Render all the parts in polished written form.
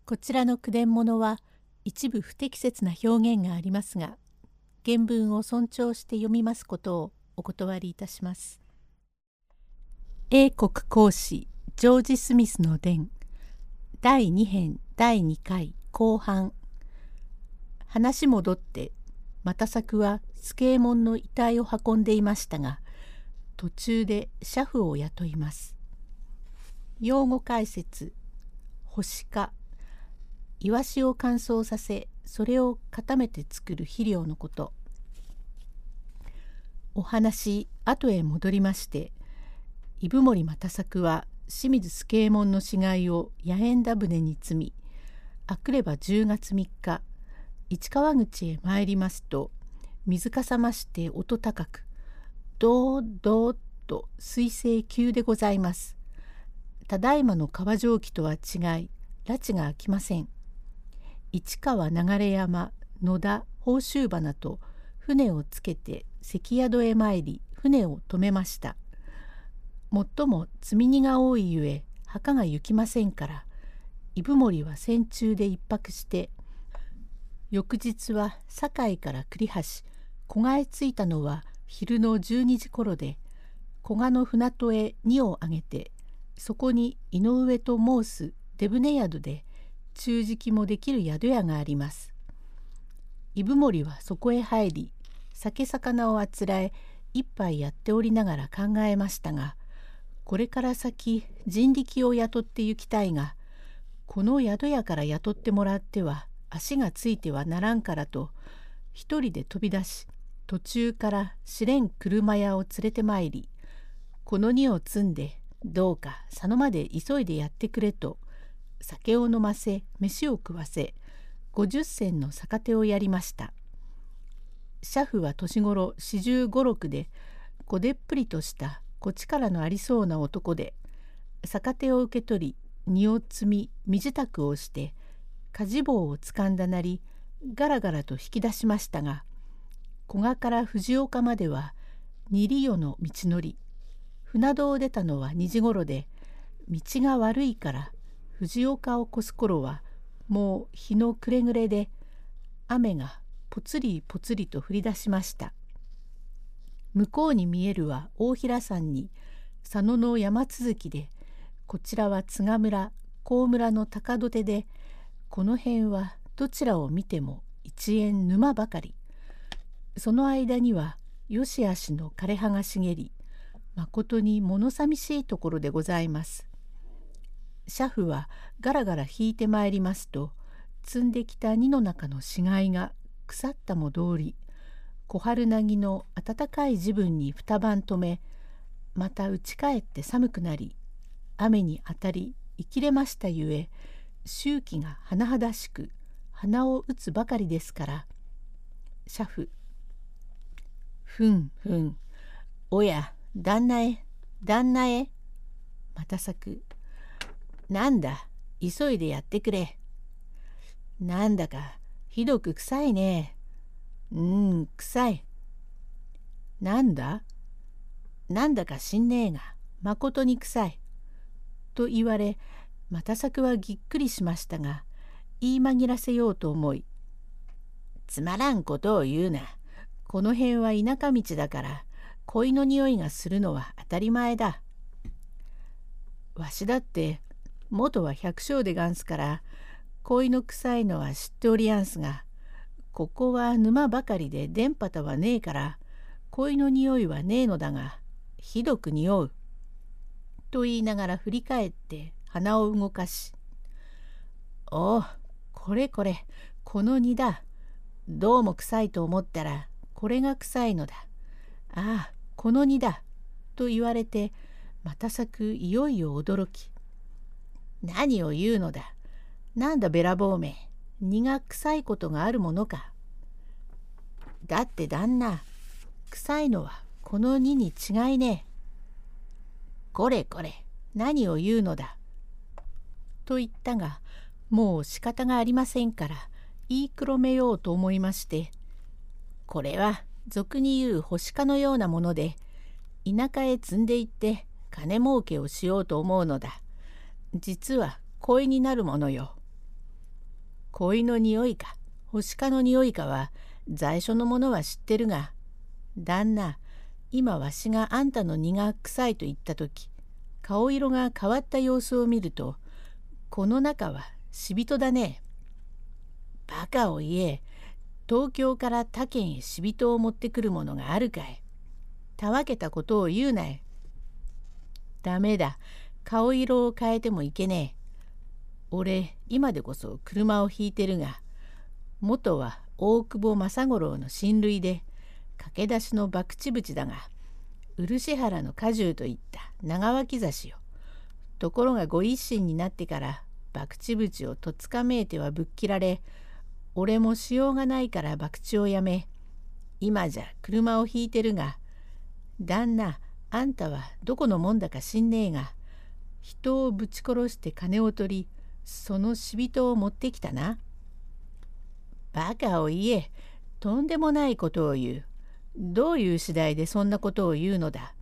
こちらの句伝物は一部不適切な表現がありますが、原文を尊重して読みますことをお断りいたします。英国公使ジョージ・スミスの伝第2編第2回後半。話戻って又作は助右衛門の遺体を運んでいましたが、途中で車夫を雇います。用語解説。干しか、イワシを乾燥させ、それを固めて作る肥料のこと。お話後へ戻りまして、伊森又作は清水助右衛門の死骸を野縁田船に積み、あくれば10月3日、市川口へ参りますと、水かさまして音高く、どーどーと水声急でございます。ただいまの川蒸気とは違い、拉致が開きません。市川流山、野田、宝州花と船をつけて関宿へ参り、船を止めました。もっとも積み荷が多いゆえ、墓が行きませんから、伊森は船中で一泊して、翌日は堺から栗橋、古賀へ着いたのは昼の12時頃で、古賀の船戸へ荷を上げて、そこに井上と申す出船宿で、中敷きもできる宿屋があります。伊森はそこへ入り、酒魚をあつらえ、一杯やっておりながら考えましたが、これから先人力を雇って行きたいが、この宿屋から雇ってもらっては足がついてはならんからと、一人で飛び出し、途中から試練車屋を連れてまいり、この荷を積んで、どうか佐野まで急いでやってくれと、酒を飲ませ、飯を食わせ、50銭の逆手をやりました。車夫は年頃45、6で、こでっぷりとしたこちからのありそうな男で、逆手を受け取り、荷を積み、身支度をして、舵棒をつかんだなり、ガラガラと引き出しましたが、古賀から藤岡までは二里夜の道のり、船戸を出たのは2時ごろで、道が悪いから藤岡を越す頃はもう日の暮れ暮れで、雨がぽつりぽつりと降り出しました。向こうに見えるは大平山に佐野の山続きで、こちらは津賀村、高村の高土手で、この辺はどちらを見ても一円沼ばかり。その間にはよしあしの枯葉が茂り、まことに物寂しいところでございます。車夫はガラガラ引いてまいりますと、積んできた荷の中の死骸が腐ったも通り、小春なぎの暖かい時分に二晩止め、また打ち返って寒くなり、雨に当たり生きれましたゆえ、周期が甚だしく、鼻を打つばかりですから、車夫、ふんふん、おや、旦那へ、旦那へ。又作、なんだ、急いでやってくれ。なんだか、ひどく臭いね。臭い。なんだか知んねえが、まことに臭い。と言われ、又作はぎっくりしましたが、言い紛らせようと思い、つまらんことを言うな。この辺は田舎道だから、恋の匂いがするのは当たり前だ。わしだって元は百姓でがんすから、恋の臭いのは知っておりやんすが、ここは沼ばかりで電波たはねえから、恋の匂いはねえのだが、ひどく匂う。と言いながら振り返って鼻を動かし、おう、これこれ、この荷だ。どうも臭いと思ったら、これが臭いのだ。ああ、この荷だ。と言われて、又作いよいよ驚き、何を言うのだ。なんだべらぼうめ。荷が臭いことがあるものか。だって旦那、臭いのはこの荷に違いねえ。これこれ、何を言うのだ。と言ったが、もう仕方がありませんから、言いくるめようと思いまして、これは俗に言う干しかのようなもので、田舎へ積んで行って金儲けをしようと思うのだ。実は恋になるものよ。 恋の匂いか星化の匂いかは在所の者は知ってるが、旦那、今わしがあんたの荷が臭いと言ったとき、顔色が変わった様子を見ると、この中は死人だね。バカを言え、東京から他県へ死人を持ってくるものがあるかい。たわけたことを言うなよ。ダメだ、顔色を変えてもいけねえ。俺、今でこそ車を引いてるが、元は大久保政五郎の親類で、駆け出しの博打淵だが、漆原の果汁といった長脇差しよ。ところがご一心になってから博打淵をとつかめいてはぶっ切られ、俺もしようがないから博打をやめ、今じゃ車を引いてるが、旦那、あんたはどこのもんだか知んねえが、人をぶち殺して金を取り、その死人を持ってきたな。バカを言え、とんでもないことを言う。どういう次第でそんなことを言うのだ。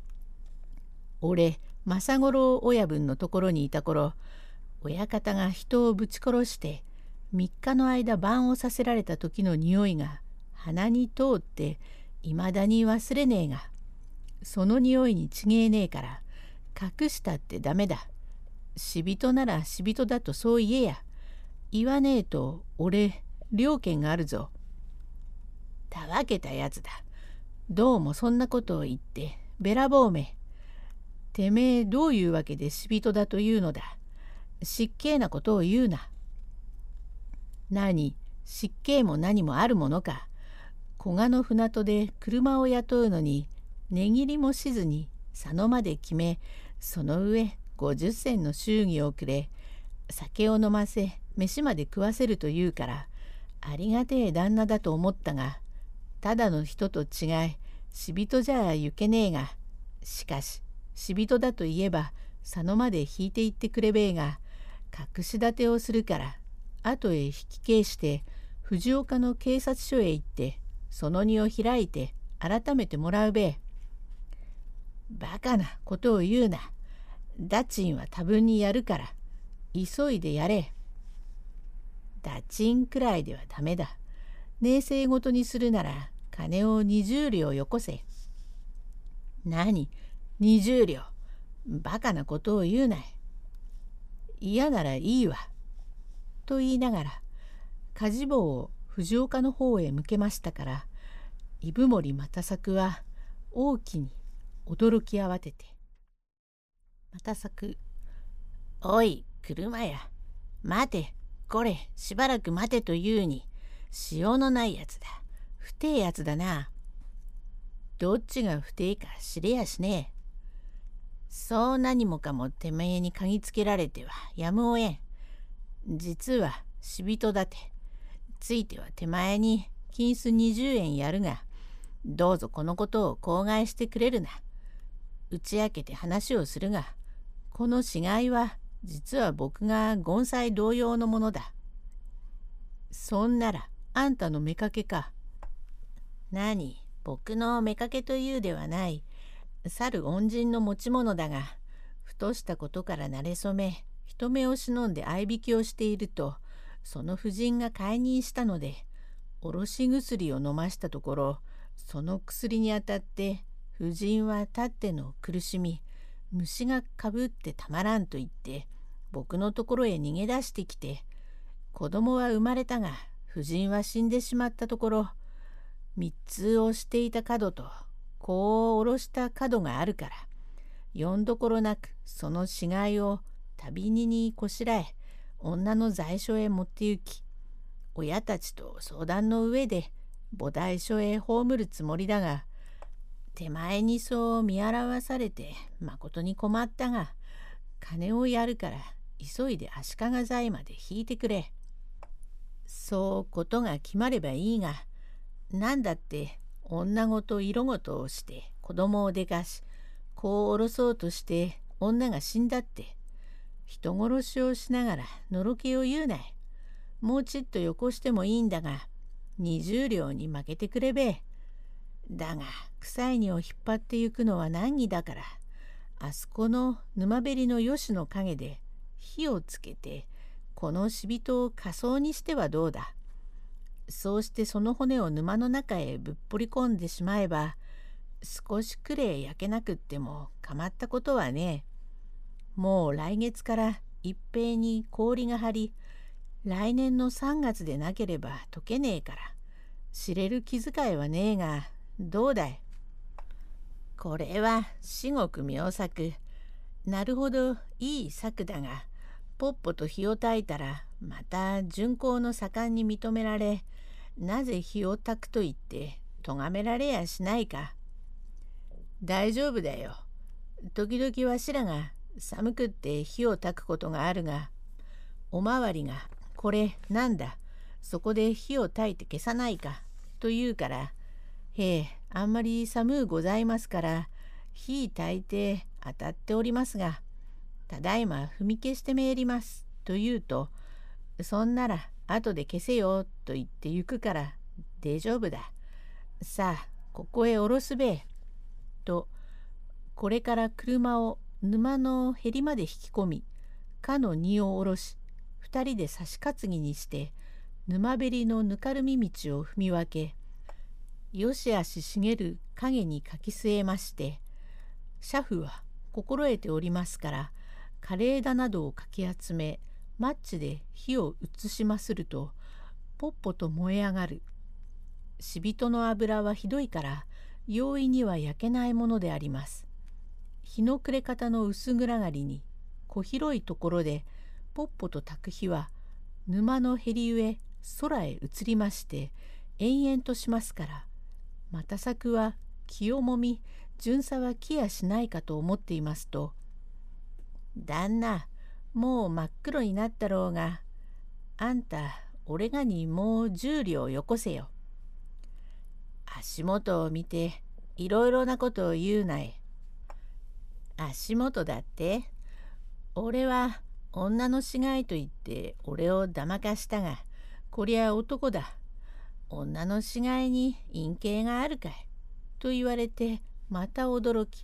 俺、政五郎親分のところにいた頃、親方が人をぶち殺して3日の間晩をさせられた時の匂いが鼻に通っていまだに忘れねえが、その匂いにちげえねえから隠したってダメだ。死人なら死人だとそう言えや。言わねえと俺了見があるぞ。たわけたやつだ。どうもそんなことを言ってべらぼうめ。てめえどういうわけで死人だというのだ。失敬なことを言うな。何、失敬も何もあるものか。古賀の船戸で車を雇うのに値切りもしずに佐野まで決め、その上50銭の祝儀をくれ、酒を飲ませ飯まで食わせるというからありがてえ旦那だと思ったが、ただの人と違い死人じゃ行けねえが、しかし死人だと言えば佐野まで引いていってくれべえが、隠し立てをするから後へ引き返して藤岡の警察署へ行ってその荷を開いて改めてもらうべえ。バカなことを言うな。駄賃は多分にやるから急いでやれ。駄賃くらいではダメだ。寧静ごとにするなら金を20両よこせ。何、20両。バカなことを言うない。嫌ならいいわ。と言いながらかじ棒を藤岡の方へ向けましたから、飯森又作は大きに驚き慌てて、又作、おい車や、待て、これしばらく待てというに、塩のないやつだ。不定やつだな。どっちが不定か知れやしねえ。そう何もかもてめえに嗅ぎつけられてはやむをえん。実は死人だて。ついては手前に金子20円やるが、どうぞこのことを口外してくれるな。打ち明けて話をするが、この死骸は実は僕が権妻同様のものだ。そんならあんたの妾か。何、僕の妾というではない。去る恩人の持ち物だが、ふとしたことから馴れ初め、人目を忍んで合いびきをしていると、その婦人が解任したので、おろし薬を飲ましたところ、その薬にあたって婦人は立っての苦しみ、虫がかぶってたまらんと言って僕のところへ逃げ出してきて、子供は生まれたが婦人は死んでしまったところ、3つをしていた角と子を下ろした角があるから、よんどころなくその死骸を旅荷にこしらえ、女の在所へ持って行き、親たちと相談の上で菩提所へ葬るつもりだが、手前にそう見表されてまことに困ったが、金をやるから急いで足利財まで引いてくれ。そうことが決まればいいが、なんだって女ごと色ごとをして子供をでかし、子を下ろそうとして女が死んだって、人殺しをしながらのろけを言うない。もうちっとよこしてもいいんだが、20両に負けてくれべ。だが臭い荷を引っ張ってゆくのは難儀だから、あそこの沼べりの吉の陰で火をつけてこの死人を火葬にしてはどうだ。そうしてその骨を沼の中へぶっぽり込んでしまえば、少しくれ焼けなくっても構ったことはねえ。もう来月から一平に氷が張り、来年の3月でなければ溶けねえから、知れる気遣いはねえが、どうだい。これは至極妙策。なるほどいい策だが、ポッポと火を焚いたらまた巡行の盛んに認められ、なぜ火を焚くと言って咎められやしないか。大丈夫だよ。時々わしらが寒くって火を焚くことがあるが、おまわりがこれなんだ、そこで火を焚いて消さないかと言うから、へえ、あんまり寒うございますから火焚いて当たっておりますが、ただいま踏み消してめえりますと言うと、そんなら後で消せよと言って行くから大丈夫だ。さあここへ下ろすべえ。と、これから車を沼のへりまで引き込み、かの荷を下ろし、二人で差し担ぎにして、沼べりのぬかるみ道を踏み分け、よしあし茂る影にかき据えまして、車夫は心得ておりますから、枯れ枝などをかき集め、マッチで火を移しますると、ポッポと燃え上がる。死人の油はひどいから、容易には焼けないものであります。日の暮れ方の薄暗がりに、小広いところで、ポッポと焚く火は、沼のへり上、空へ移りまして、延々としますから、又作は気をもみ、巡査は来やしないかと思っていますと、旦那、もう真っ黒になったろうが、あんた、俺がにもう10両よこせよ。足元を見て、いろいろなことを言うない。足元だって、俺は女の死骸と言って俺をだまかしたが、こりゃ男だ。女の死骸に陰茎があるかいと言われてまた驚き、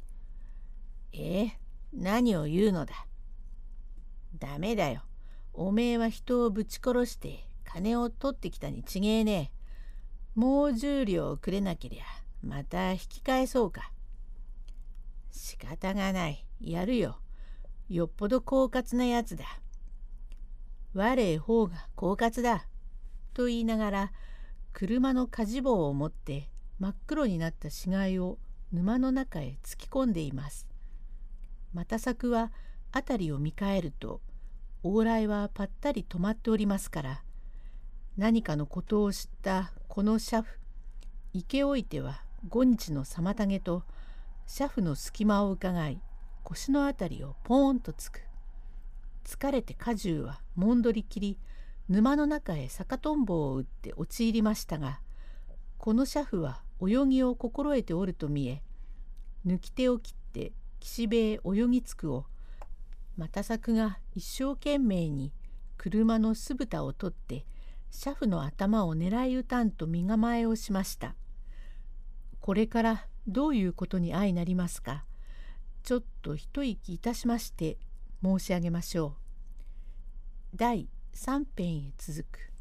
何を言うのだ。ダメだよ。おめえは人をぶち殺して金を取ってきたにちげえねえ。もう10両くれなけりゃまた引き返そうか。仕方がない。やるよ。よっぽど狡猾なやつだ。我方が狡猾だ。と言いながら、車の舵棒を持って真っ黒になった死骸を沼の中へ突き込んでいます。又作は辺りを見返ると、往来はぱったり止まっておりますから、何かのことを知ったこの車夫、生けおいては5日の妨げと、車夫の隙間をうかがい、腰のあたりをポーンとつく。疲れて荷重はもんどりきり、沼の中へ逆とんぼを打って陥りましたが、この車夫は泳ぎを心得ておると見え、抜き手を切って岸辺へ泳ぎつくを、又作が一生懸命に車の酢豚を取って、車夫の頭を狙い撃たんと身構えをしました。これからどういうことに相なりますか。ちょっと一息いたしまして申し上げましょう。第3編へ続く。